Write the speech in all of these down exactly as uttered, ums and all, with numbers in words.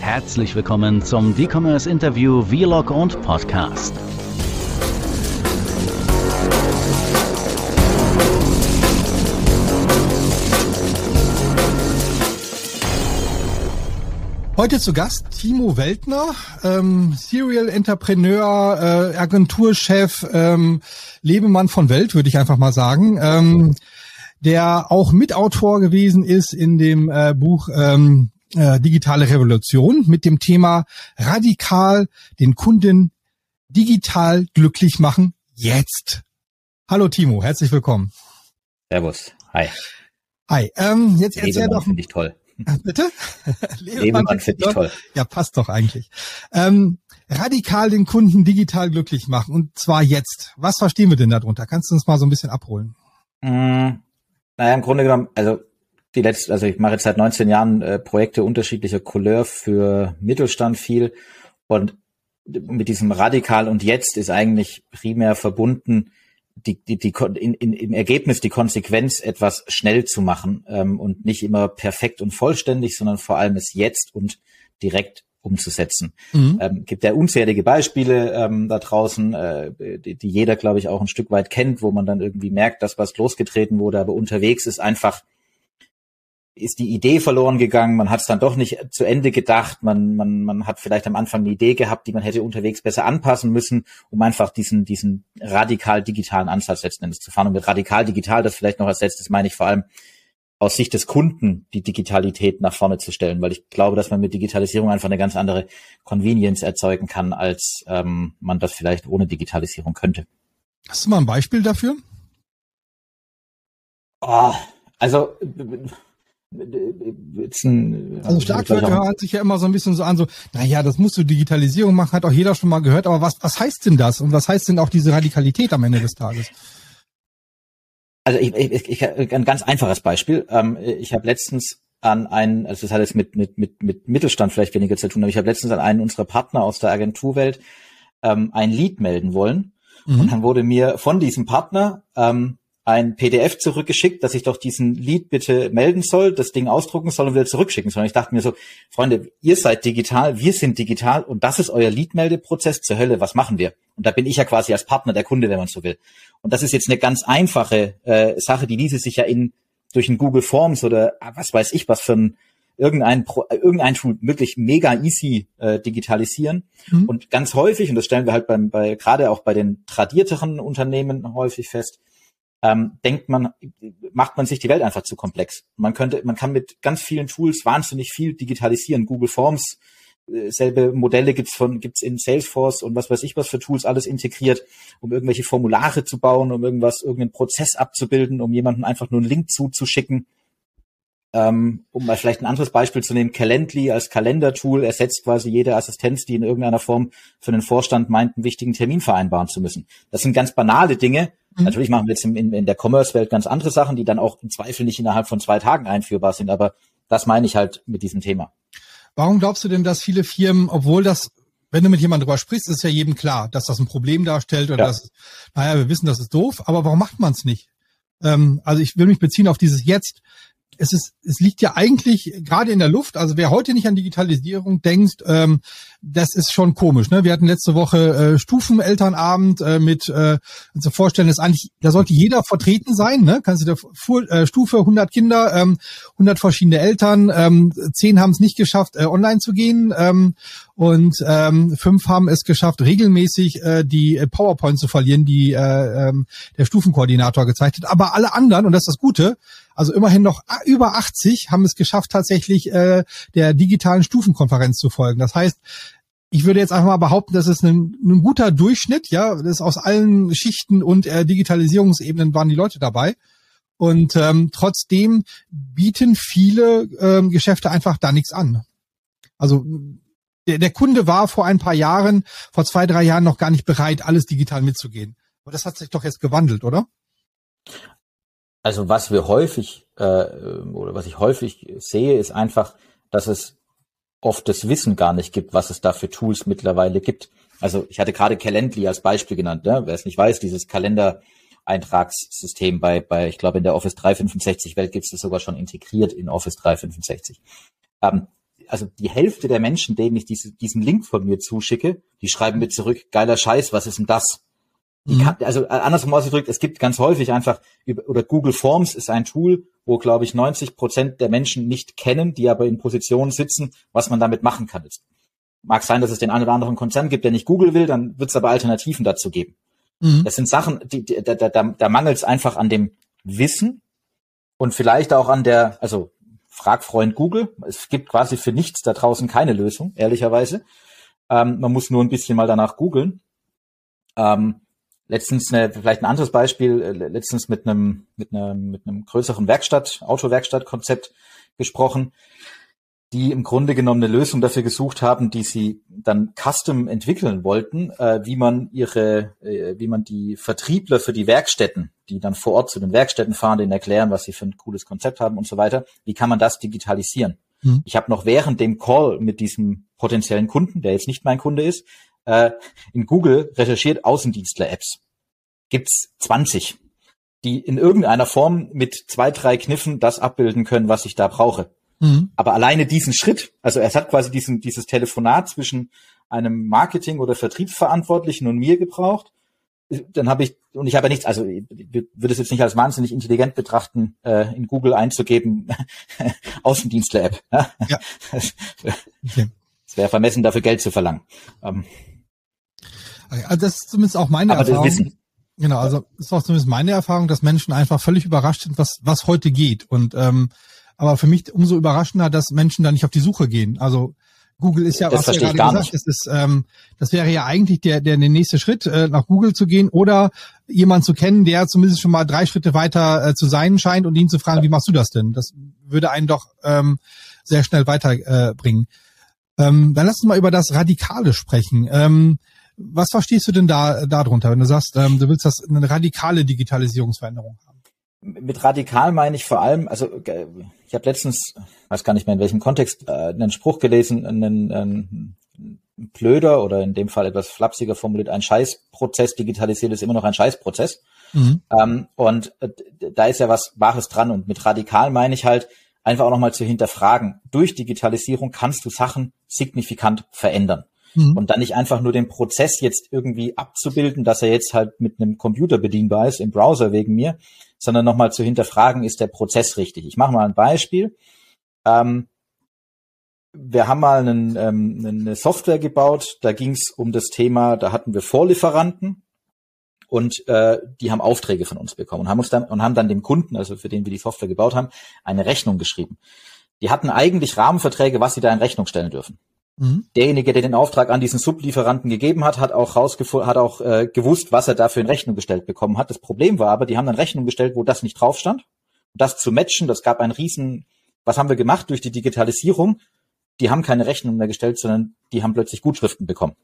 Herzlich willkommen zum D-Commerce Interview Vlog und Podcast. Heute zu Gast Timo Weltner, ähm, Serial Entrepreneur, äh, Agenturchef, ähm, Lebemann von Welt, würde ich einfach mal sagen, ähm, der auch Mitautor gewesen ist in dem äh, Buch ähm, äh, Digitale Revolution mit dem Thema radikal den Kunden digital glücklich machen jetzt. Hallo Timo, herzlich willkommen. Servus, hi. Hi, ähm, jetzt erzähl Lebemann doch. Finde ich toll. Bitte? Lebemann finde ich toll. Ja, passt doch eigentlich. Ähm, radikal den Kunden digital glücklich machen und zwar jetzt. Was verstehen wir denn darunter? Kannst du uns mal so ein bisschen abholen? Mm, naja, im Grunde genommen, also die letzte, also ich mache jetzt seit neunzehn Jahren äh, Projekte unterschiedlicher Couleur für Mittelstand viel und mit diesem radikal und jetzt ist eigentlich primär verbunden, die, die, die, in, in, im Ergebnis die Konsequenz, etwas schnell zu machen ähm, und nicht immer perfekt und vollständig, sondern vor allem es jetzt und direkt umzusetzen. Mhm. Ähm, gibt ja unzählige Beispiele ähm, da draußen, äh, die, die jeder, glaube ich, auch ein Stück weit kennt, wo man dann irgendwie merkt, dass was losgetreten wurde, aber unterwegs ist einfach ist die Idee verloren gegangen, man hat es dann doch nicht zu Ende gedacht, man man man hat vielleicht am Anfang eine Idee gehabt, die man hätte unterwegs besser anpassen müssen, um einfach diesen diesen radikal digitalen Ansatz letzten Endes zu fahren. Und mit radikal digital, das vielleicht noch als letztes meine ich vor allem aus Sicht des Kunden die Digitalität nach vorne zu stellen, weil ich glaube, dass man mit Digitalisierung einfach eine ganz andere Convenience erzeugen kann, als ähm, man das vielleicht ohne Digitalisierung könnte. Hast du mal ein Beispiel dafür? Oh, also Also Schlagwörter hören sich ja immer so ein bisschen so an, so, naja, das musst du Digitalisierung machen, hat auch jeder schon mal gehört, aber was, was heißt denn das und was heißt denn auch diese Radikalität am Ende des Tages? Also ich, ich, ich ein ganz einfaches Beispiel. Ich habe letztens an einen, also das hat jetzt mit, mit, mit, mit Mittelstand vielleicht weniger zu tun, aber ich habe letztens an einen unserer Partner aus der Agenturwelt ein Lead melden wollen mhm. und dann wurde mir von diesem Partner ein P D F zurückgeschickt, dass ich doch diesen Lead bitte melden soll, das Ding ausdrucken soll und wieder zurückschicken soll. Und ich dachte mir so, Freunde, ihr seid digital, wir sind digital und das ist euer Lead-Meldeprozess zur Hölle. Was machen wir? Und da bin ich ja quasi als Partner der Kunde, wenn man so will. Und das ist jetzt eine ganz einfache äh, Sache, die ließe sich ja in durch ein Google Forms oder was weiß ich was für ein irgendein Pro, irgendein Tool wirklich mega easy äh, digitalisieren. Mhm. Und ganz häufig, und das stellen wir halt beim bei gerade auch bei den tradierteren Unternehmen häufig fest, Ähm, denkt man, macht man sich die Welt einfach zu komplex. Man könnte, man kann mit ganz vielen Tools wahnsinnig viel digitalisieren. Google Forms, äh, selbe Modelle gibt's von, gibt's in Salesforce und was weiß ich was für Tools alles integriert, um irgendwelche Formulare zu bauen, um irgendwas, irgendeinen Prozess abzubilden, um jemandem einfach nur einen Link zuzuschicken. Ähm, um mal vielleicht ein anderes Beispiel zu nehmen, Calendly als Kalendertool ersetzt quasi jede Assistenz, die in irgendeiner Form für den Vorstand meint, einen wichtigen Termin vereinbaren zu müssen. Das sind ganz banale Dinge. Mhm. Natürlich machen wir jetzt in, in der Commerce-Welt ganz andere Sachen, die dann auch im Zweifel nicht innerhalb von zwei Tagen einführbar sind, aber das meine ich halt mit diesem Thema. Warum glaubst du denn, dass viele Firmen, obwohl das, wenn du mit jemandem drüber sprichst, ist ja jedem klar, dass das ein Problem darstellt oder ja. dass, naja, wir wissen, das ist doof, aber warum macht man es nicht? Ähm, also ich will mich beziehen auf dieses Jetzt. Es ist, es liegt ja eigentlich gerade in der Luft. Also wer heute nicht an Digitalisierung denkt, ähm, das ist schon komisch. Ne? Wir hatten letzte Woche äh, Stufenelternabend äh, mit, äh, uns vorstellen, dass eigentlich, da sollte jeder vertreten sein. Ne? Kannst du dir vor, äh, Stufe hundert Kinder, ähm, hundert verschiedene Eltern, ähm, zehn haben es nicht geschafft, äh, online zu gehen ähm, und ähm, fünf haben es geschafft, regelmäßig äh, die PowerPoint zu verlieren, die äh, ähm, der Stufenkoordinator gezeigt hat. Aber alle anderen, und das ist das Gute, also immerhin noch über achtzig haben es geschafft, tatsächlich äh, der digitalen Stufenkonferenz zu folgen. Das heißt, ich würde jetzt einfach mal behaupten, das ist ein, ein guter Durchschnitt. Ja, das ist aus allen Schichten und äh, Digitalisierungsebenen waren die Leute dabei. Und ähm, trotzdem bieten viele ähm, Geschäfte einfach da nichts an. Also der, der Kunde war vor ein paar Jahren, vor zwei, drei Jahren noch gar nicht bereit, alles digital mitzugehen. Aber das hat sich doch jetzt gewandelt, oder? Also was wir häufig äh, oder was ich häufig sehe, ist einfach, dass es oft das Wissen gar nicht gibt, was es da für Tools mittlerweile gibt. Also ich hatte gerade Calendly als Beispiel genannt. Ne? Wer es nicht weiß, dieses Kalendereintragssystem bei, bei ich glaube in der Office dreihundertfünfundsechzig Welt gibt es das sogar schon integriert in Office dreihundertfünfundsechzig. Ähm, also die Hälfte der Menschen, denen ich diese, diesen Link von mir zuschicke, die schreiben mir zurück, geiler Scheiß, was ist denn das? Die kann, also andersrum ausgedrückt, es gibt ganz häufig einfach, oder Google Forms ist ein Tool, wo, glaube ich, neunzig Prozent der Menschen nicht kennen, die aber in Positionen sitzen, was man damit machen kann. Es mag sein, dass es den einen oder anderen Konzern gibt, der nicht Google will, dann wird es aber Alternativen dazu geben. Mhm. Das sind Sachen, die, die, da, da, da mangelt es einfach an dem Wissen und vielleicht auch an der, also frag Freund Google, es gibt quasi für nichts da draußen keine Lösung, ehrlicherweise. Ähm, man muss nur ein bisschen mal danach googeln. Ähm, Letztens eine, vielleicht ein anderes Beispiel, letztens mit einem, mit einem, mit einem größeren Werkstatt, Autowerkstattkonzept gesprochen, die im Grunde genommen eine Lösung dafür gesucht haben, die sie dann custom entwickeln wollten, äh, wie man ihre, äh, wie man die Vertriebler für die Werkstätten, die dann vor Ort zu den Werkstätten fahren, denen erklären, was sie für ein cooles Konzept haben und so weiter, wie kann man das digitalisieren? Mhm. Ich habe noch während dem Call mit diesem potenziellen Kunden, der jetzt nicht mein Kunde ist, in Google recherchiert Außendienstler-Apps. Gibt's zwanzig, die in irgendeiner Form mit zwei, drei Kniffen das abbilden können, was ich da brauche. Mhm. Aber alleine diesen Schritt, also es hat quasi diesen, dieses Telefonat zwischen einem Marketing- oder Vertriebsverantwortlichen und mir gebraucht. Dann habe ich, und ich habe ja nichts, also ich würde es jetzt nicht als wahnsinnig intelligent betrachten, in Google einzugeben, Außendienstler-App. Ja. Okay. Es wäre vermessen, dafür Geld zu verlangen. Ähm, Also das ist zumindest auch meine aber Erfahrung. Das Wissen. Genau, also ist auch zumindest meine Erfahrung, dass Menschen einfach völlig überrascht sind, was was heute geht. Und ähm, aber für mich umso überraschender, dass Menschen da nicht auf die Suche gehen. Also Google ist ja, das was du ja gerade gesagt, das ist, ähm, das wäre ja eigentlich der der, der nächste Schritt, äh, nach Google zu gehen oder jemanden zu kennen, der zumindest schon mal drei Schritte weiter äh, zu sein scheint und ihn zu fragen, ja. Wie machst du das denn? Das würde einen doch ähm, sehr schnell weiterbringen. Äh, bringen. Ähm, dann lass uns mal über das Radikale sprechen. Ähm, was verstehst du denn da darunter, wenn du sagst, ähm, du willst das eine radikale Digitalisierungsveränderung haben? Mit radikal meine ich vor allem, also ich habe letztens, weiß gar nicht mehr in welchem Kontext, äh, einen Spruch gelesen, einen, einen blöder oder in dem Fall etwas flapsiger formuliert, ein Scheißprozess digitalisiert ist immer noch ein Scheißprozess. Mhm. Ähm, und äh, da ist ja was Wahres dran. Und mit radikal meine ich halt, einfach auch nochmal zu hinterfragen. Durch Digitalisierung kannst du Sachen signifikant verändern. Mhm. Und dann nicht einfach nur den Prozess jetzt irgendwie abzubilden, dass er jetzt halt mit einem Computer bedienbar ist, im Browser wegen mir, sondern nochmal zu hinterfragen, ist der Prozess richtig? Ich mache mal ein Beispiel. Ähm, wir haben mal einen, ähm, eine Software gebaut, da ging es um das Thema, da hatten wir Vorlieferanten, und äh, die haben Aufträge von uns bekommen und haben uns dann und haben dann dem Kunden, also für den wir die Software gebaut haben, eine Rechnung geschrieben. Die hatten eigentlich Rahmenverträge, was sie da in Rechnung stellen dürfen. Mhm. Derjenige, der den Auftrag an diesen Sublieferanten gegeben hat, hat auch rausgefunden, hat auch äh, gewusst, was er dafür in Rechnung gestellt bekommen hat. Das Problem war aber, die haben dann Rechnung gestellt, wo das nicht drauf stand. Und das zu matchen, das gab einen riesen, was haben wir gemacht durch die Digitalisierung? Die haben keine Rechnung mehr gestellt, sondern die haben plötzlich Gutschriften bekommen.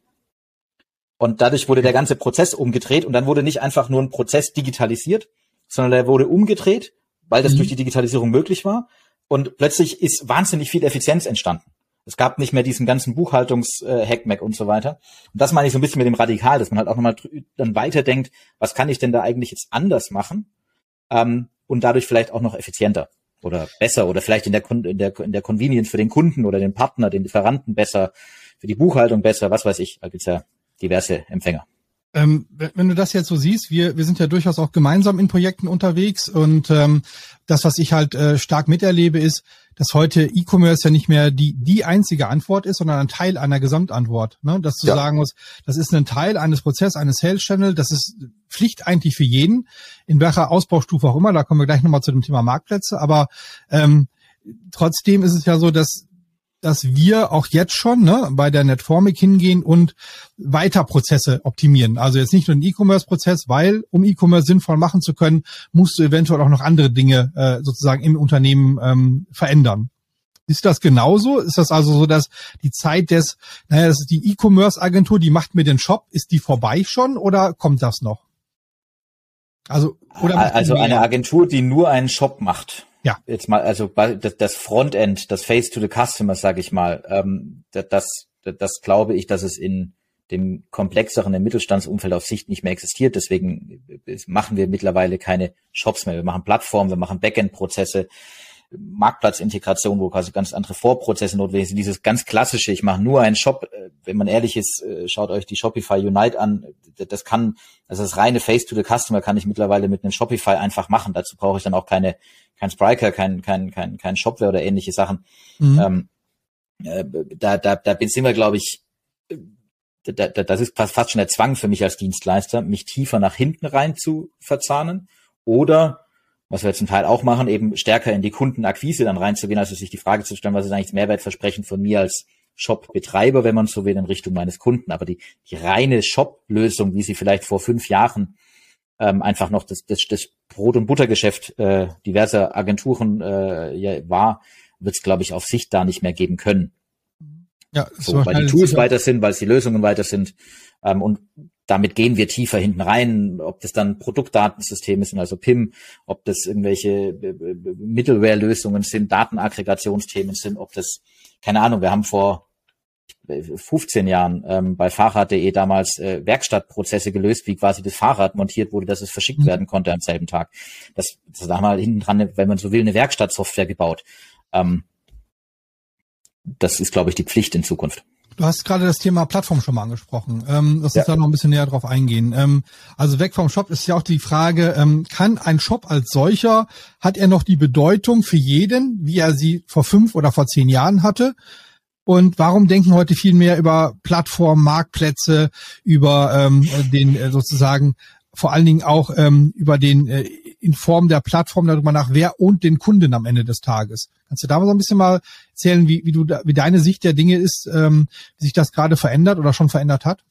Und dadurch wurde der ganze Prozess umgedreht und dann wurde nicht einfach nur ein Prozess digitalisiert, sondern der wurde umgedreht, weil das mhm. durch die Digitalisierung möglich war. Und plötzlich ist wahnsinnig viel Effizienz entstanden. Es gab nicht mehr diesen ganzen Buchhaltungs-Hackmack und so weiter. Und das meine ich so ein bisschen mit dem Radikal, dass man halt auch nochmal dann weiterdenkt, was kann ich denn da eigentlich jetzt anders machen? Ähm, und dadurch vielleicht auch noch effizienter oder besser oder vielleicht in der, in der, in der Convenience für den Kunden oder den Partner, den Lieferanten besser, für die Buchhaltung besser, was weiß ich. Da gibt's ja diverse Empfänger. Ähm, wenn du das jetzt so siehst, wir wir sind ja durchaus auch gemeinsam in Projekten unterwegs und ähm, das, was ich halt äh, stark miterlebe, ist, dass heute E-Commerce ja nicht mehr die die einzige Antwort ist, sondern ein Teil einer Gesamtantwort. Ne? Dass du ja. sagen musst, das ist ein Teil eines Prozesses, eines Sales Channel, das ist Pflicht eigentlich für jeden, in welcher Ausbaustufe auch immer. Da kommen wir gleich nochmal zu dem Thema Marktplätze. Aber ähm, trotzdem ist es ja so, dass dass wir auch jetzt schon ne, bei der Netformic hingehen und weiter Prozesse optimieren. Also jetzt nicht nur den E-Commerce-Prozess, weil um E-Commerce sinnvoll machen zu können, musst du eventuell auch noch andere Dinge äh, sozusagen im Unternehmen ähm, verändern. Ist das genauso? Ist das also so, dass die Zeit des, naja, das ist die E-Commerce-Agentur, die macht mir den Shop, ist die vorbei schon oder kommt das noch? Also, oder also eine Agentur, die nur einen Shop macht. Ja. Jetzt mal, also das Frontend, das Face to the Customer, sage ich mal, ähm, das, das, das glaube ich, dass es in dem komplexeren im Mittelstandsumfeld auf Sicht nicht mehr existiert. Deswegen machen wir mittlerweile keine Shops mehr. Wir machen Plattformen, wir machen Backend-Prozesse. Marktplatzintegration, wo quasi ganz andere Vorprozesse notwendig sind. Dieses ganz klassische, ich mache nur einen Shop, wenn man ehrlich ist, schaut euch die Shopify Unite an. Das kann, also das reine Face to the Customer kann ich mittlerweile mit einem Shopify einfach machen. Dazu brauche ich dann auch keine, kein Spryker, kein, kein, kein, kein Shopware oder ähnliche Sachen. Mhm. Ähm, äh, da, da, da sind wir, glaube ich, da, da, das ist fast schon der Zwang für mich als Dienstleister, mich tiefer nach hinten rein zu verzahnen oder, was wir zum Teil auch machen, eben stärker in die Kundenakquise dann reinzugehen, also sich die Frage zu stellen, was ist eigentlich das Mehrwertversprechen von mir als Shop-Betreiber, wenn man so will, in Richtung meines Kunden. Aber die, die reine Shop-Lösung, wie sie vielleicht vor fünf Jahren ähm, einfach noch das, das, das Brot- und Buttergeschäft äh, diverser Agenturen äh, ja, war, wird es, glaube ich, auf Sicht da nicht mehr geben können. Ja, so, weil die Tools weiter sind, weil es die Lösungen weiter sind. Ähm, und damit gehen wir tiefer hinten rein, ob das dann Produktdatensysteme sind, also P I M, ob das irgendwelche Middleware-Lösungen sind, Datenaggregationsthemen sind, ob das, keine Ahnung, wir haben vor fünfzehn Jahren ähm, bei Fahrrad punkt de damals äh, Werkstattprozesse gelöst, wie quasi das Fahrrad montiert wurde, dass es verschickt mhm. werden konnte am selben Tag. Das, das da haben wir hinten dran, wenn man so will, eine Werkstattsoftware gebaut. Ähm, das ist, glaube ich, die Pflicht in Zukunft. Du hast gerade das Thema Plattform schon mal angesprochen. Ähm, lass uns ja da noch ein bisschen näher drauf eingehen. Ähm, also weg vom Shop ist ja auch die Frage, ähm, kann ein Shop als solcher, hat er noch die Bedeutung für jeden, wie er sie vor fünf oder vor zehn Jahren hatte? Und warum denken heute viel mehr über Plattformen, Marktplätze, über ähm, den äh, sozusagen vor allen Dingen auch ähm, über den äh, in Form der Plattform darüber nach, wer und den Kunden am Ende des Tages. Kannst du da mal so ein bisschen mal erzählen, wie, wie du da, wie deine Sicht der Dinge ist, ähm, wie sich das gerade verändert oder schon verändert hat?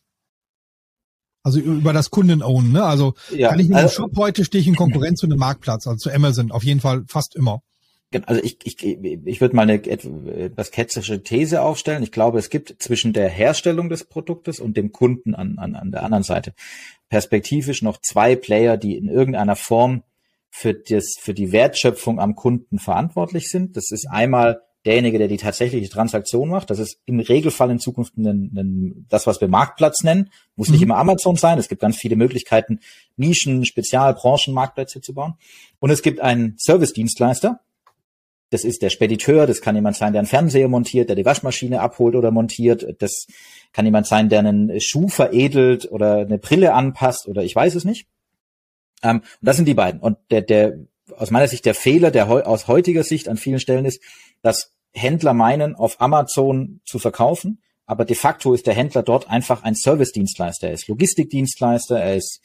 Also über das Kunden-Own, ne? Also ja, kann ich mit einem also, Shop heute stehe ich in Konkurrenz zu einem Marktplatz, also zu Amazon, auf jeden Fall fast immer. Also ich, ich, ich würde mal eine etwas ketzerische These aufstellen. Ich glaube, es gibt zwischen der Herstellung des Produktes und dem Kunden an, an, an der anderen Seite perspektivisch noch zwei Player, die in irgendeiner Form für das, für die Wertschöpfung am Kunden verantwortlich sind. Das ist einmal derjenige, der die tatsächliche Transaktion macht. Das ist im Regelfall in Zukunft ein, ein, das, was wir Marktplatz nennen. Muss mhm. nicht immer Amazon sein. Es gibt ganz viele Möglichkeiten, Nischen, Spezial-, Branchen, Marktplätze zu bauen. Und es gibt einen Service-Dienstleister. Das ist der Spediteur, das kann jemand sein, der einen Fernseher montiert, der die Waschmaschine abholt oder montiert. Das kann jemand sein, der einen Schuh veredelt oder eine Brille anpasst oder ich weiß es nicht. Ähm, und das sind die beiden. Und der, der aus meiner Sicht der Fehler, der heu, aus heutiger Sicht an vielen Stellen ist, dass Händler meinen, auf Amazon zu verkaufen, aber de facto ist der Händler dort einfach ein Service-Dienstleister. Er ist Logistikdienstleister, er ist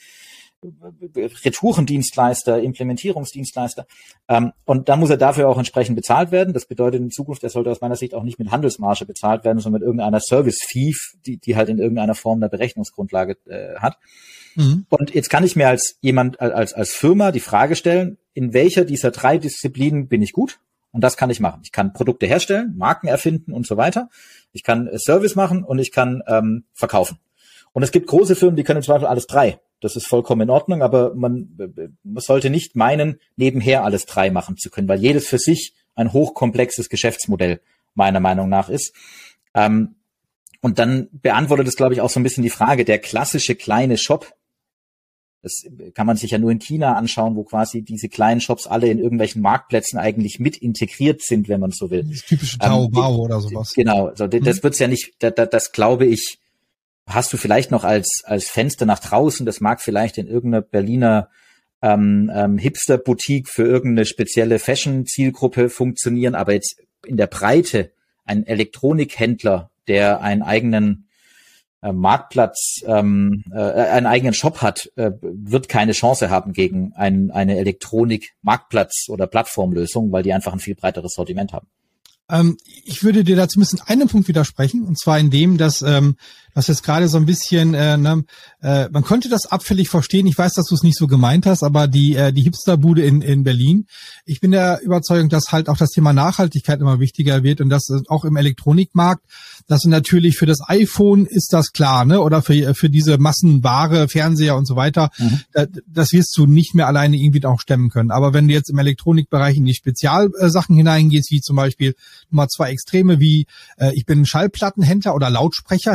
Retourendienstleister, Implementierungsdienstleister. Ähm, und dann muss er dafür auch entsprechend bezahlt werden. Das bedeutet in Zukunft, er sollte aus meiner Sicht auch nicht mit Handelsmarge bezahlt werden, sondern mit irgendeiner Service-Fee, die, die halt in irgendeiner Form eine Berechnungsgrundlage äh, hat. Mhm. Und jetzt kann ich mir als jemand, als, als Firma die Frage stellen, in welcher dieser drei Disziplinen bin ich gut? Und das kann ich machen. Ich kann Produkte herstellen, Marken erfinden und so weiter. Ich kann Service machen und ich kann ähm, verkaufen. Und es gibt große Firmen, die können im Zweifel alles drei. Das ist vollkommen in Ordnung, aber man, man sollte nicht meinen, nebenher alles drei machen zu können, weil jedes für sich ein hochkomplexes Geschäftsmodell meiner Meinung nach ist. Ähm, und dann beantwortet es, glaube ich, auch so ein bisschen die Frage, der klassische kleine Shop, das kann man sich ja nur in China anschauen, wo quasi diese kleinen Shops alle in irgendwelchen Marktplätzen eigentlich mit integriert sind, wenn man so will. Das typische Taobao ähm, oder sowas. Genau, also das, das wird's ja nicht, das, das, das glaube ich, hast du vielleicht noch als als Fenster nach draußen, das mag vielleicht in irgendeiner Berliner ähm, ähm, Hipster-Boutique für irgendeine spezielle Fashion-Zielgruppe funktionieren, aber jetzt in der Breite ein Elektronikhändler, der einen eigenen äh, Marktplatz, ähm, äh, einen eigenen Shop hat, äh, wird keine Chance haben gegen ein, eine Elektronik-Marktplatz- oder Plattformlösung, weil die einfach ein viel breiteres Sortiment haben. Ähm, ich würde dir da zumindest in einem Punkt widersprechen, und zwar in dem, dass ähm, das jetzt gerade so ein bisschen, äh, ne, äh, man könnte das abfällig verstehen. Ich weiß, dass du es nicht so gemeint hast, aber die äh, die Hipsterbude in in Berlin. Ich bin der Überzeugung, dass halt auch das Thema Nachhaltigkeit immer wichtiger wird und dass äh, auch im Elektronikmarkt, dass natürlich für das iPhone ist das klar, ne, oder für für diese Massenware, Fernseher und so weiter, mhm. da, das wirst du nicht mehr alleine irgendwie auch stemmen können. Aber wenn du jetzt im Elektronikbereich in die Spezialsachen hineingehst, wie zum Beispiel Nummer zwei Extreme, wie äh, ich bin Schallplattenhändler oder Lautsprecherhändler. Wir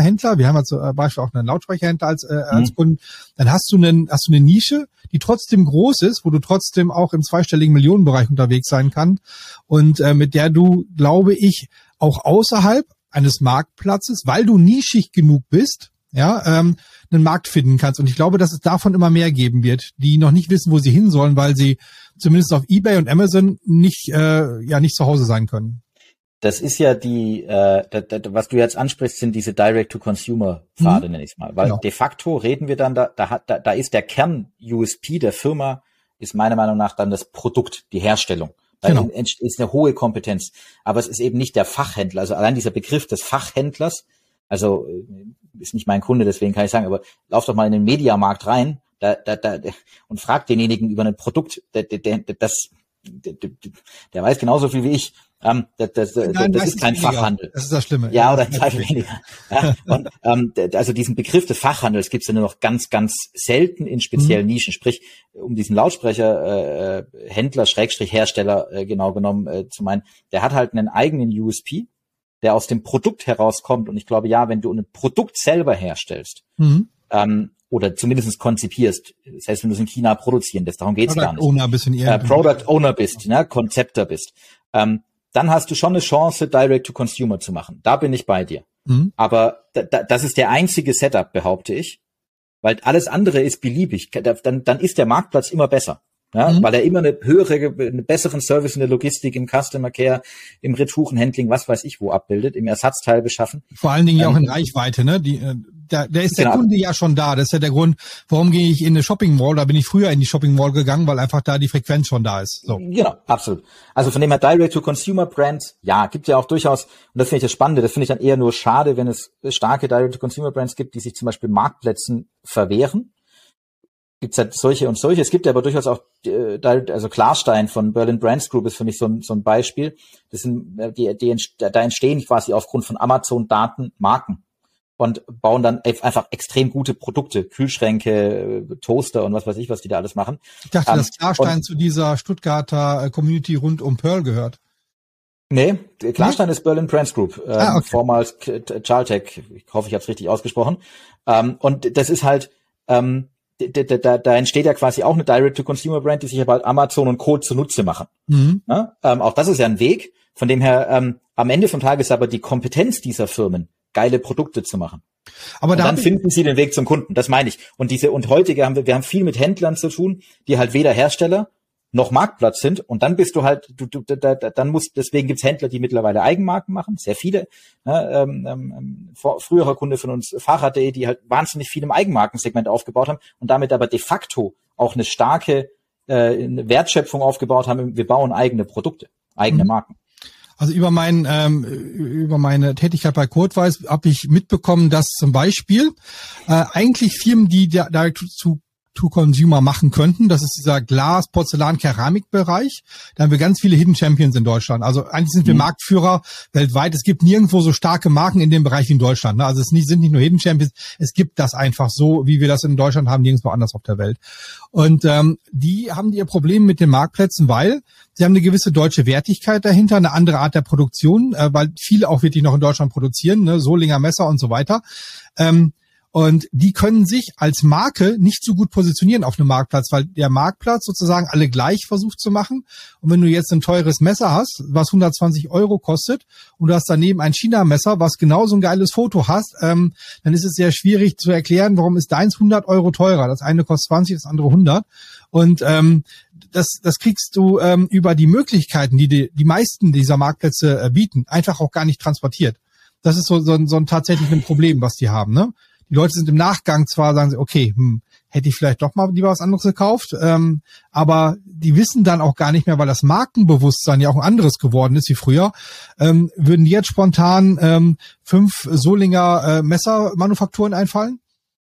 haben wir zum Beispiel auch einen Lautsprecherhändler als, äh, als mhm. Kunden, dann hast du einen, hast du eine Nische, die trotzdem groß ist, wo du trotzdem auch im zweistelligen Millionenbereich unterwegs sein kannst und äh, mit der du, glaube ich, auch außerhalb eines Marktplatzes, weil du nischig genug bist, ja, ähm, einen Markt finden kannst. Und ich glaube, dass es davon immer mehr geben wird, die noch nicht wissen, wo sie hin sollen, weil sie zumindest auf eBay und Amazon nicht, äh, ja, nicht zu Hause sein können. Das ist ja die, äh, da, da, was du jetzt ansprichst, sind diese Direct-to-Consumer-Pfade, mhm. nenne ich es mal. Weil genau. de facto reden wir dann, da, da, hat, da, da ist der Kern-U S P der Firma, ist meiner Meinung nach dann das Produkt, die Herstellung. Da genau. ist eine hohe Kompetenz. Aber es ist eben nicht der Fachhändler. Also allein dieser Begriff des Fachhändlers, also ist nicht mein Kunde, deswegen kann ich sagen, aber lauf doch mal in den Mediamarkt rein da, da, da, und frag denjenigen über ein Produkt, der, der, der, das, der, der weiß genauso viel wie ich. Ähm, das das, Nein, das ist kein weniger. Fachhandel. Das ist das Schlimme. Ja, oder zwei weniger. Ja, und, ähm, also diesen Begriff des Fachhandels gibt es ja nur noch ganz, ganz selten in speziellen mhm. Nischen. Sprich, um diesen Lautsprecher äh, Händler, Schrägstrich Hersteller äh, genau genommen äh, zu meinen, der hat halt einen eigenen U S P, der aus dem Produkt herauskommt. Und ich glaube, ja, wenn du ein Produkt selber herstellst, mhm. ähm, oder zumindest konzipierst, das heißt, wenn du es in China produzieren lässt, darum geht's Product gar nicht. Owner bist in äh, Product Owner bist, ne, Konzepter bist, ähm, dann hast du schon eine Chance, Direct-to-Consumer zu machen. Da bin ich bei dir. Mhm. Aber da, da, das ist der einzige Setup, behaupte ich, weil alles andere ist beliebig. Dann, dann ist der Marktplatz immer besser. Ja, mhm. weil er immer eine höhere, einen besseren Service in der Logistik, im Customer Care, im Retourenhandling, was weiß ich wo abbildet, im Ersatzteil beschaffen. Vor allen Dingen ja ähm, auch in Reichweite, ne? Die, äh, da, da ist der genau. Kunde ja schon da. Das ist ja der Grund, warum gehe ich in eine Shopping Mall. Da bin ich früher in die Shopping Mall gegangen, weil einfach da die Frequenz schon da ist. So. Genau, absolut. Also von dem her Direct-to-Consumer-Brands, ja, gibt ja auch durchaus, und das finde ich das Spannende, das finde ich dann eher nur schade, wenn es starke Direct-to-Consumer-Brands gibt, die sich zum Beispiel Marktplätzen verwehren. Gibt's halt solche und solche. Es gibt ja aber durchaus auch, äh, also Klarstein von Berlin Brands Group ist für mich so ein, so ein Beispiel. Das sind, die, die, da entstehen quasi aufgrund von Amazon-Daten Marken und bauen dann einfach extrem gute Produkte, Kühlschränke, Toaster und was weiß ich, was die da alles machen. Ich dachte, um, dass Klarstein und, zu dieser Stuttgarter Community rund um Pearl gehört. Nee, Klarstein nee? ist Berlin Brands Group, ähm, ah, okay. vormals Charltech. Ich hoffe, ich habe es richtig ausgesprochen. Ähm, und das ist halt, ähm, Da, da, da entsteht ja quasi auch eine Direct-to-Consumer-Brand, die sich aber Amazon und Co. zunutze machen. Mhm. Ja, ähm, auch das ist ja ein Weg. Von dem her, ähm, am Ende vom Tag ist aber die Kompetenz dieser Firmen, geile Produkte zu machen. Aber da dann finden sie den Weg zum Kunden, das meine ich. Und diese und heutige haben wir, wir haben viel mit Händlern zu tun, die halt weder Hersteller noch Marktplatz sind. Und dann bist du halt, du, du, da, da, dann muss, deswegen gibt's Händler, die mittlerweile Eigenmarken machen, sehr viele. Ne, ähm, ähm, vor, früherer Kunde von uns, Fahrrad punkt de, die halt wahnsinnig viel im Eigenmarkensegment aufgebaut haben und damit aber de facto auch eine starke äh, eine Wertschöpfung aufgebaut haben. Wir bauen eigene Produkte, eigene mhm. Marken. Also über mein ähm, über meine Tätigkeit bei Codeweis habe ich mitbekommen, dass zum Beispiel äh, eigentlich Firmen, die direkt zu to Consumer machen könnten. Das ist dieser Glas-, Porzellan-, Keramikbereich. Da haben wir ganz viele Hidden Champions in Deutschland. Also eigentlich sind wir mhm. Marktführer weltweit. Es gibt nirgendwo so starke Marken in dem Bereich wie in Deutschland. Ne? Also es sind nicht nur Hidden Champions, es gibt das einfach so, wie wir das in Deutschland haben, nirgendwo anders auf der Welt. Und ähm, die haben ihr Problem mit den Marktplätzen, weil sie haben eine gewisse deutsche Wertigkeit dahinter, eine andere Art der Produktion, äh, weil viele auch wirklich noch in Deutschland produzieren, ne? Solinger Messer und so weiter. Ähm, Und die können sich als Marke nicht so gut positionieren auf einem Marktplatz, weil der Marktplatz sozusagen alle gleich versucht zu machen. Und wenn du jetzt ein teures Messer hast, was hundertzwanzig Euro kostet, und du hast daneben ein China-Messer, was genauso ein geiles Foto hast, ähm, dann ist es sehr schwierig zu erklären, warum ist deins hundert Euro teurer. Das eine kostet zwanzig, das andere hundert. Und ähm, das, das kriegst du ähm, über die Möglichkeiten, die, die die meisten dieser Marktplätze äh, bieten, einfach auch gar nicht transportiert. Das ist so, so, so ein tatsächlich ein Problem, was die haben, ne? Die Leute sind im Nachgang zwar, sagen sie, okay, hm, hätte ich vielleicht doch mal lieber was anderes gekauft, ähm, aber die wissen dann auch gar nicht mehr, weil das Markenbewusstsein ja auch ein anderes geworden ist wie früher, ähm, würden die jetzt spontan ähm, fünf Solinger äh, Messermanufakturen einfallen?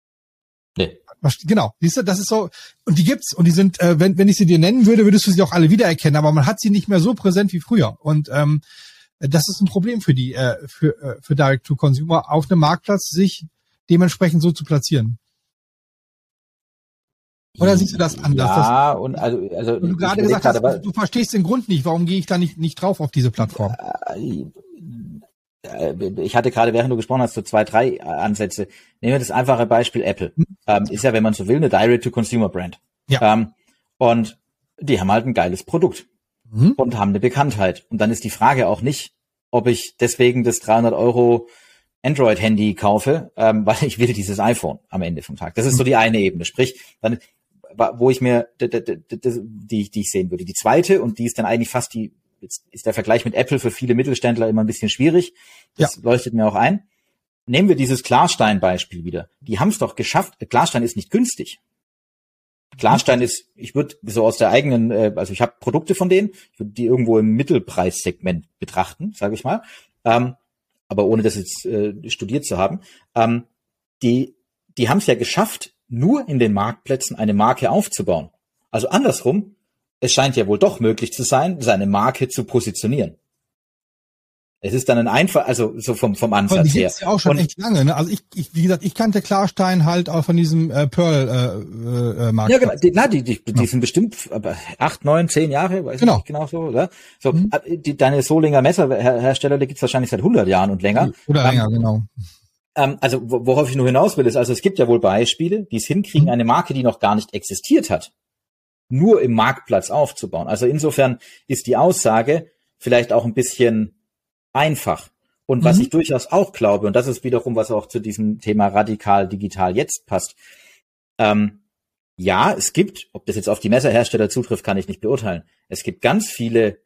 Nee. Genau, siehst du, das ist so, und die gibt's, und die sind, äh, wenn, wenn ich sie dir nennen würde, würdest du sie auch alle wiedererkennen, aber man hat sie nicht mehr so präsent wie früher. Und ähm, das ist ein Problem für die, äh, für, äh, für Direct-to-Consumer auf einem Marktplatz, sich dementsprechend so zu platzieren. Oder siehst du das anders? Ja, das, und also, also und du gerade gesagt hast, du, du verstehst den Grund nicht, warum gehe ich da nicht, nicht drauf auf diese Plattform? ich hatte gerade, während du gesprochen hast, so zwei, drei Ansätze. Nehmen wir das einfache Beispiel Apple. Ähm, ist ja, wenn man so will, eine Direct-to-Consumer-Brand. Ja. Ähm, und die haben halt ein geiles Produkt mhm. und haben eine Bekanntheit. Und dann ist die Frage auch nicht, ob ich deswegen das dreihundert Euro Android-Handy kaufe, ähm, weil ich will dieses iPhone am Ende vom Tag. Das ist so die eine Ebene. Sprich, dann, wo ich mir, die, die, die ich sehen würde. Die zweite, und die ist dann eigentlich fast die, jetzt ist der Vergleich mit Apple für viele Mittelständler immer ein bisschen schwierig. Das ja. leuchtet mir auch ein. Nehmen wir dieses Klarstein-Beispiel wieder. Die haben es doch geschafft. Klarstein ist nicht günstig. Klarstein ist, ich würde so aus der eigenen, also ich habe Produkte von denen, ich würde die irgendwo im Mittelpreissegment betrachten, sage ich mal, ähm, aber ohne das jetzt äh, studiert zu haben. Ähm, die die haben es ja geschafft, nur in den Marktplätzen eine Marke aufzubauen. Also andersrum, es scheint ja wohl doch möglich zu sein, seine Marke zu positionieren. Es ist dann ein einfach, also so vom vom Ansatz die her. Gibt's ja auch schon und, echt lange. Ne? Also ich, ich, wie gesagt, ich kannte Klarstein halt auch von diesem äh, Pearl äh, äh, Markt. Ja, genau. Die, na, die, die, die sind bestimmt acht, neun, zehn Jahre, weiß genau. ich nicht genau so, oder? So, mhm. die, deine Solinger Messerhersteller, die gibt's wahrscheinlich seit hundert Jahren und länger. Oder länger, ähm, genau. Ähm, also worauf ich nur hinaus will, ist, also es gibt ja wohl Beispiele, die es hinkriegen, mhm. eine Marke, die noch gar nicht existiert hat, nur im Marktplatz aufzubauen. Also insofern ist die Aussage vielleicht auch ein bisschen einfach. Und was mhm. ich durchaus auch glaube, und das ist wiederum, was auch zu diesem Thema radikal digital jetzt passt, ähm, ja, es gibt, ob das jetzt auf die Messerhersteller zutrifft, kann ich nicht beurteilen. Es gibt ganz viele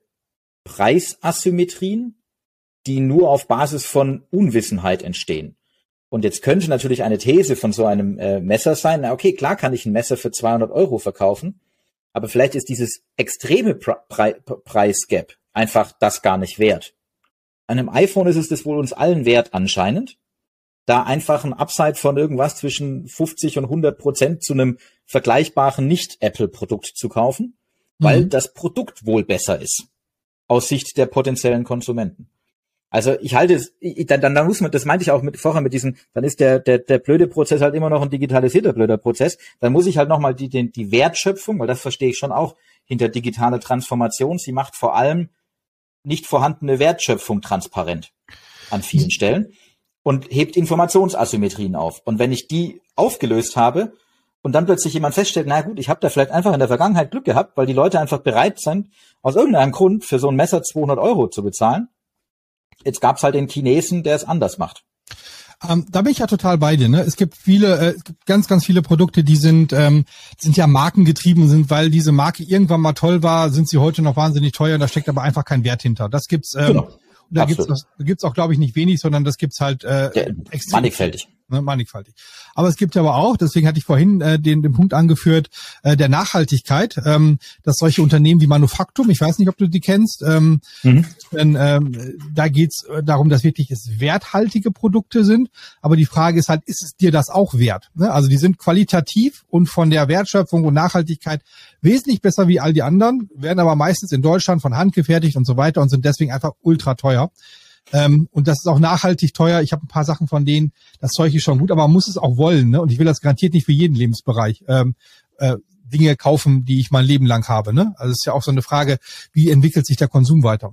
Preisasymmetrien, die nur auf Basis von Unwissenheit entstehen. Und jetzt könnte natürlich eine These von so einem äh, Messer sein, na okay, klar kann ich ein Messer für zweihundert Euro verkaufen, aber vielleicht ist dieses extreme Pre- Pre- Preisgap einfach das gar nicht wert. An einem iPhone ist es das wohl uns allen wert anscheinend, da einfach ein Upside von irgendwas zwischen fünfzig und hundert Prozent zu einem vergleichbaren Nicht-Apple-Produkt zu kaufen, weil mhm. das Produkt wohl besser ist, aus Sicht der potenziellen Konsumenten. Also ich halte es, ich, dann, dann muss man, das meinte ich auch mit, vorher mit diesem, dann ist der, der, der blöde Prozess halt immer noch ein digitalisierter blöder Prozess, dann muss ich halt nochmal die, die, die Wertschöpfung, weil das verstehe ich schon auch hinter digitaler Transformation, sie macht vor allem nicht vorhandene Wertschöpfung transparent an vielen Stellen und hebt Informationsasymmetrien auf. Und wenn ich die aufgelöst habe und dann plötzlich jemand feststellt, na gut, ich habe da vielleicht einfach in der Vergangenheit Glück gehabt, weil die Leute einfach bereit sind, aus irgendeinem Grund für so ein Messer zweihundert Euro zu bezahlen. Jetzt gab's halt den Chinesen, der es anders macht. Ähm, da bin ich ja total bei dir. Ne? Es gibt viele, äh, es gibt ganz, ganz viele Produkte, die sind ähm, sind ja markengetrieben sind, weil diese Marke irgendwann mal toll war, sind sie heute noch wahnsinnig teuer. Da steckt aber einfach kein Wert hinter. Das gibt's. Ähm, genau. Und da Absolut. gibt's, da gibt's auch, glaube ich, nicht wenig, sondern das gibt's halt äh, extrem mannigfältig. Ne, mannigfaltig. Aber es gibt ja aber auch, deswegen hatte ich vorhin äh, den, den Punkt angeführt, äh, der Nachhaltigkeit, ähm, dass solche Unternehmen wie Manufaktum, ich weiß nicht, ob du die kennst, ähm, mhm. denn, ähm, da geht's darum, dass wirklich es werthaltige Produkte sind. Aber die Frage ist halt, ist es dir das auch wert? Ne? Also die sind qualitativ und von der Wertschöpfung und Nachhaltigkeit wesentlich besser wie all die anderen, werden aber meistens in Deutschland von Hand gefertigt und so weiter und sind deswegen einfach ultra teuer. Ähm, und das ist auch nachhaltig teuer. Ich habe ein paar Sachen von denen, das Zeug ist schon gut, aber man muss es auch wollen. Ne? Und ich will das garantiert nicht für jeden Lebensbereich ähm, äh, Dinge kaufen, die ich mein Leben lang habe. Ne? Also es ist ja auch so eine Frage, wie entwickelt sich der Konsum weiter?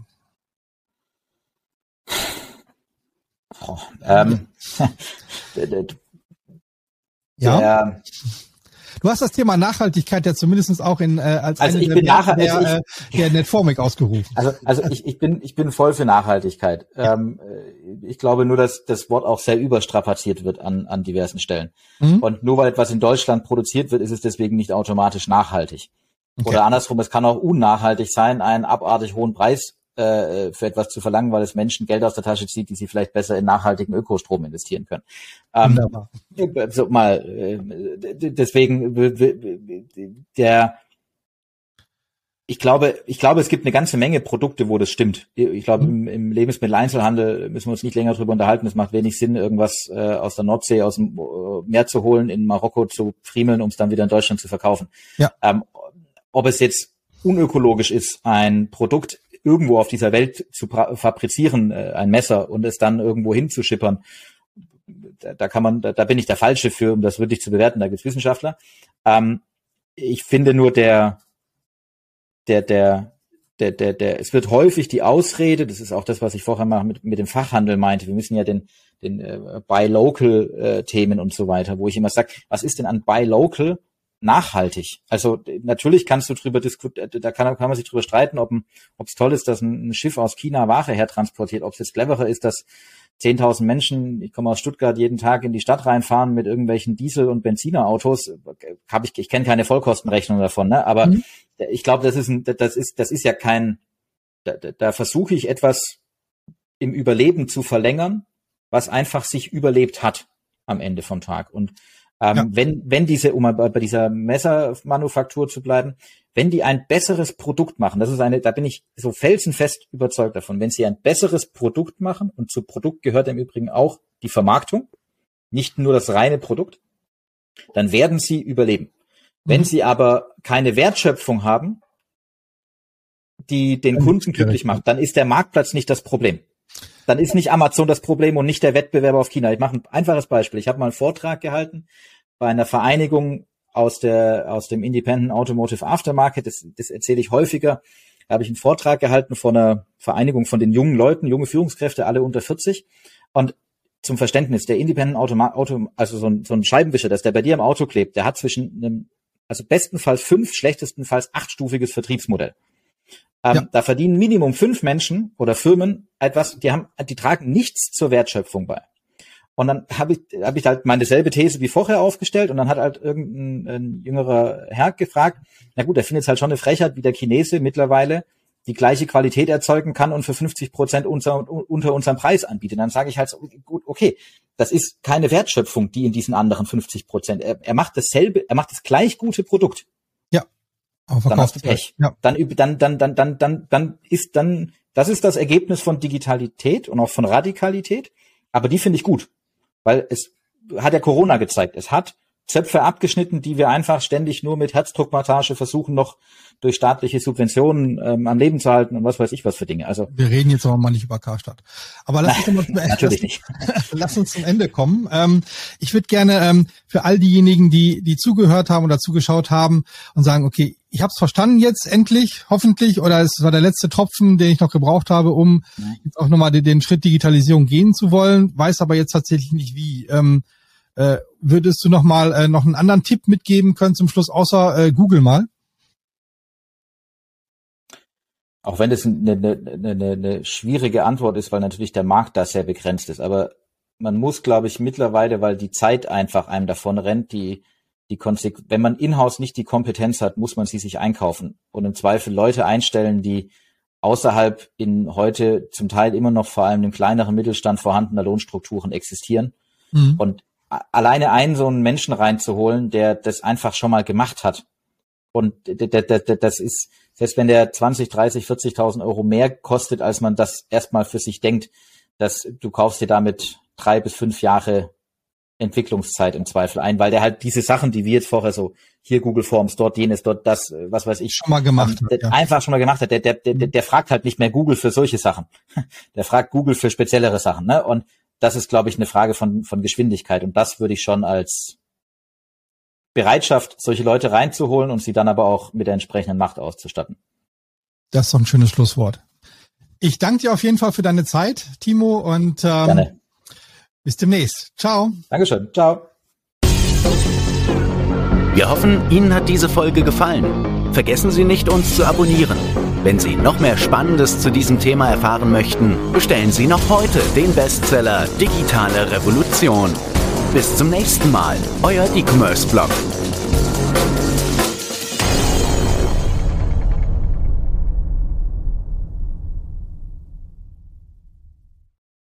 Oh, ähm, ja. Der, Du hast das Thema Nachhaltigkeit ja zumindest auch in äh, als also eine ich bin der, der, also ich, der Netformic ausgerufen. Also also ich, ich bin ich bin voll für Nachhaltigkeit. Ja. Ähm, ich glaube nur, dass das Wort auch sehr überstrapaziert wird an an diversen Stellen. Mhm. Und nur weil etwas in Deutschland produziert wird, ist es deswegen nicht automatisch nachhaltig. Okay. Oder andersrum, es kann auch unnachhaltig sein, einen abartig hohen Preis äh, für etwas zu verlangen, weil es Menschen Geld aus der Tasche zieht, die sie vielleicht besser in nachhaltigen Ökostrom investieren können. Ähm, Wunderbar. So mal, äh, deswegen der Ich glaube, ich glaube, es gibt eine ganze Menge Produkte, wo das stimmt. Ich glaube, im, im Lebensmitteleinzelhandel müssen wir uns nicht länger drüber unterhalten. Es macht wenig Sinn, irgendwas äh, aus der Nordsee, aus dem äh, Meer zu holen, in Marokko zu friemeln, um es dann wieder in Deutschland zu verkaufen. Ja. Ähm, ob es jetzt unökologisch ist, ein Produkt irgendwo auf dieser Welt zu fabrizieren, äh, ein Messer, und es dann irgendwo hinzuschippern, da, da kann man, da, da bin ich der Falsche für, um das wirklich zu bewerten. Da gibt es Wissenschaftler. Ähm, ich finde nur der Der, der, der, der, der, es wird häufig die Ausrede, das ist auch das, was ich vorher mal mit, mit dem Fachhandel meinte, wir müssen ja den, den äh, Buy-Local-Themen äh, und so weiter, wo ich immer sage, was ist denn an Buy-Local nachhaltig? Also natürlich kannst du drüber diskutieren, da kann, kann man sich drüber streiten, ob es toll ist, dass ein, ein Schiff aus China Ware hertransportiert, ob es jetzt cleverer ist, dass zehntausend Menschen, ich komme aus Stuttgart, jeden Tag in die Stadt reinfahren mit irgendwelchen Diesel- und Benzinerautos. Hab ich, ich kenne keine Vollkostenrechnung davon, ne? Aber mhm. ich glaube, das ist ein, das ist, das ist ja kein, da, da versuche ich etwas im Überleben zu verlängern, was einfach sich überlebt hat am Ende vom Tag. Und ähm, ja. wenn, wenn diese, um bei dieser Messermanufaktur zu bleiben, wenn die ein besseres Produkt machen, das ist eine, da bin ich so felsenfest überzeugt davon, wenn sie ein besseres Produkt machen, und zu Produkt gehört im Übrigen auch die Vermarktung, nicht nur das reine Produkt, dann werden sie überleben. Mhm. Wenn sie aber keine Wertschöpfung haben, die den Kunden glücklich macht, dann ist der Marktplatz nicht das Problem. Dann ist nicht Amazon das Problem und nicht der Wettbewerber auf China. Ich mache ein einfaches Beispiel. Ich habe mal einen Vortrag gehalten bei einer Vereinigung aus der aus dem Independent Automotive Aftermarket, das, das erzähle ich häufiger, da habe ich einen Vortrag gehalten von einer Vereinigung von den jungen Leuten, junge Führungskräfte, alle unter vierzig. Und zum Verständnis, der Independent Automa- Auto, also so ein, so ein Scheibenwischer, das der bei dir im Auto klebt, der hat zwischen einem, also bestenfalls fünf, schlechtestenfalls achtstufiges Vertriebsmodell. Ähm, ja. Da verdienen Minimum fünf Menschen oder Firmen etwas, die haben, die tragen nichts zur Wertschöpfung bei. Und dann habe ich, habe ich halt meine selbe These wie vorher aufgestellt, und dann hat halt irgendein ein jüngerer Herr gefragt, na gut, er findet es halt schon eine Frechheit, wie der Chinese mittlerweile die gleiche Qualität erzeugen kann und für fünfzig Prozent unter, unter unserem Preis anbietet. Dann sage ich halt so, gut, okay, das ist keine Wertschöpfung, die in diesen anderen fünfzig Prozent. Er, er macht dasselbe, er macht das gleich gute Produkt. Ja. Aber dann hast du Pech. Ja. Dann, dann, dann, dann, dann, dann, dann ist dann, das ist das Ergebnis von Digitalität und auch von Radikalität. Aber die finde ich gut. Weil es hat ja Corona gezeigt. Es hat Zöpfe abgeschnitten, die wir einfach ständig nur mit Herzdruckmassage versuchen, noch durch staatliche Subventionen ähm, am Leben zu halten und was weiß ich was für Dinge. Also wir reden jetzt aber mal nicht über Karstadt. Aber lass uns, mal, natürlich nicht. lass uns zum Ende kommen. Ähm, ich würde gerne ähm, für all diejenigen, die die zugehört haben oder zugeschaut haben und sagen, okay, ich habe es verstanden jetzt endlich, hoffentlich, oder es war der letzte Tropfen, den ich noch gebraucht habe, um ja. jetzt auch nochmal den, den Schritt Digitalisierung gehen zu wollen, weiß aber jetzt tatsächlich nicht wie. Ähm, äh, würdest du noch mal äh, noch einen anderen Tipp mitgeben können zum Schluss, außer äh, Google mal? Auch wenn das eine, eine, eine, eine schwierige Antwort ist, weil natürlich der Markt da sehr begrenzt ist. Aber man muss, glaube ich, mittlerweile, weil die Zeit einfach einem davon rennt, die die Konsequ- wenn man in-house nicht die Kompetenz hat, muss man sie sich einkaufen und im Zweifel Leute einstellen, die außerhalb in heute zum Teil immer noch vor allem im kleineren Mittelstand vorhandener Lohnstrukturen existieren. Mhm. Und alleine einen so einen Menschen reinzuholen, der das einfach schon mal gemacht hat. Und das ist, selbst wenn der zwanzig, dreißig, vierzigtausend Euro mehr kostet, als man das erstmal für sich denkt, dass du kaufst dir damit drei bis fünf Jahre Entwicklungszeit im Zweifel ein, weil der halt diese Sachen, die wir jetzt vorher so, hier Google Forms, dort jenes, dort das, was weiß ich, schon mal gemacht ähm, hat, ja. einfach schon mal gemacht hat. Der, der, der, der fragt halt nicht mehr Google für solche Sachen. Der fragt Google für speziellere Sachen, ne? Und das ist, glaube ich, eine Frage von, von Geschwindigkeit. Und das würde ich schon als Bereitschaft, solche Leute reinzuholen und sie dann aber auch mit der entsprechenden Macht auszustatten. Das ist doch ein schönes Schlusswort. Ich danke dir auf jeden Fall für deine Zeit, Timo, und ähm, Gerne. Bis demnächst. Ciao. Dankeschön. Ciao. Wir hoffen, Ihnen hat diese Folge gefallen. Vergessen Sie nicht, uns zu abonnieren. Wenn Sie noch mehr Spannendes zu diesem Thema erfahren möchten, bestellen Sie noch heute den Bestseller Digitale Revolution. Bis zum nächsten Mal, euer E-Commerce-Blog.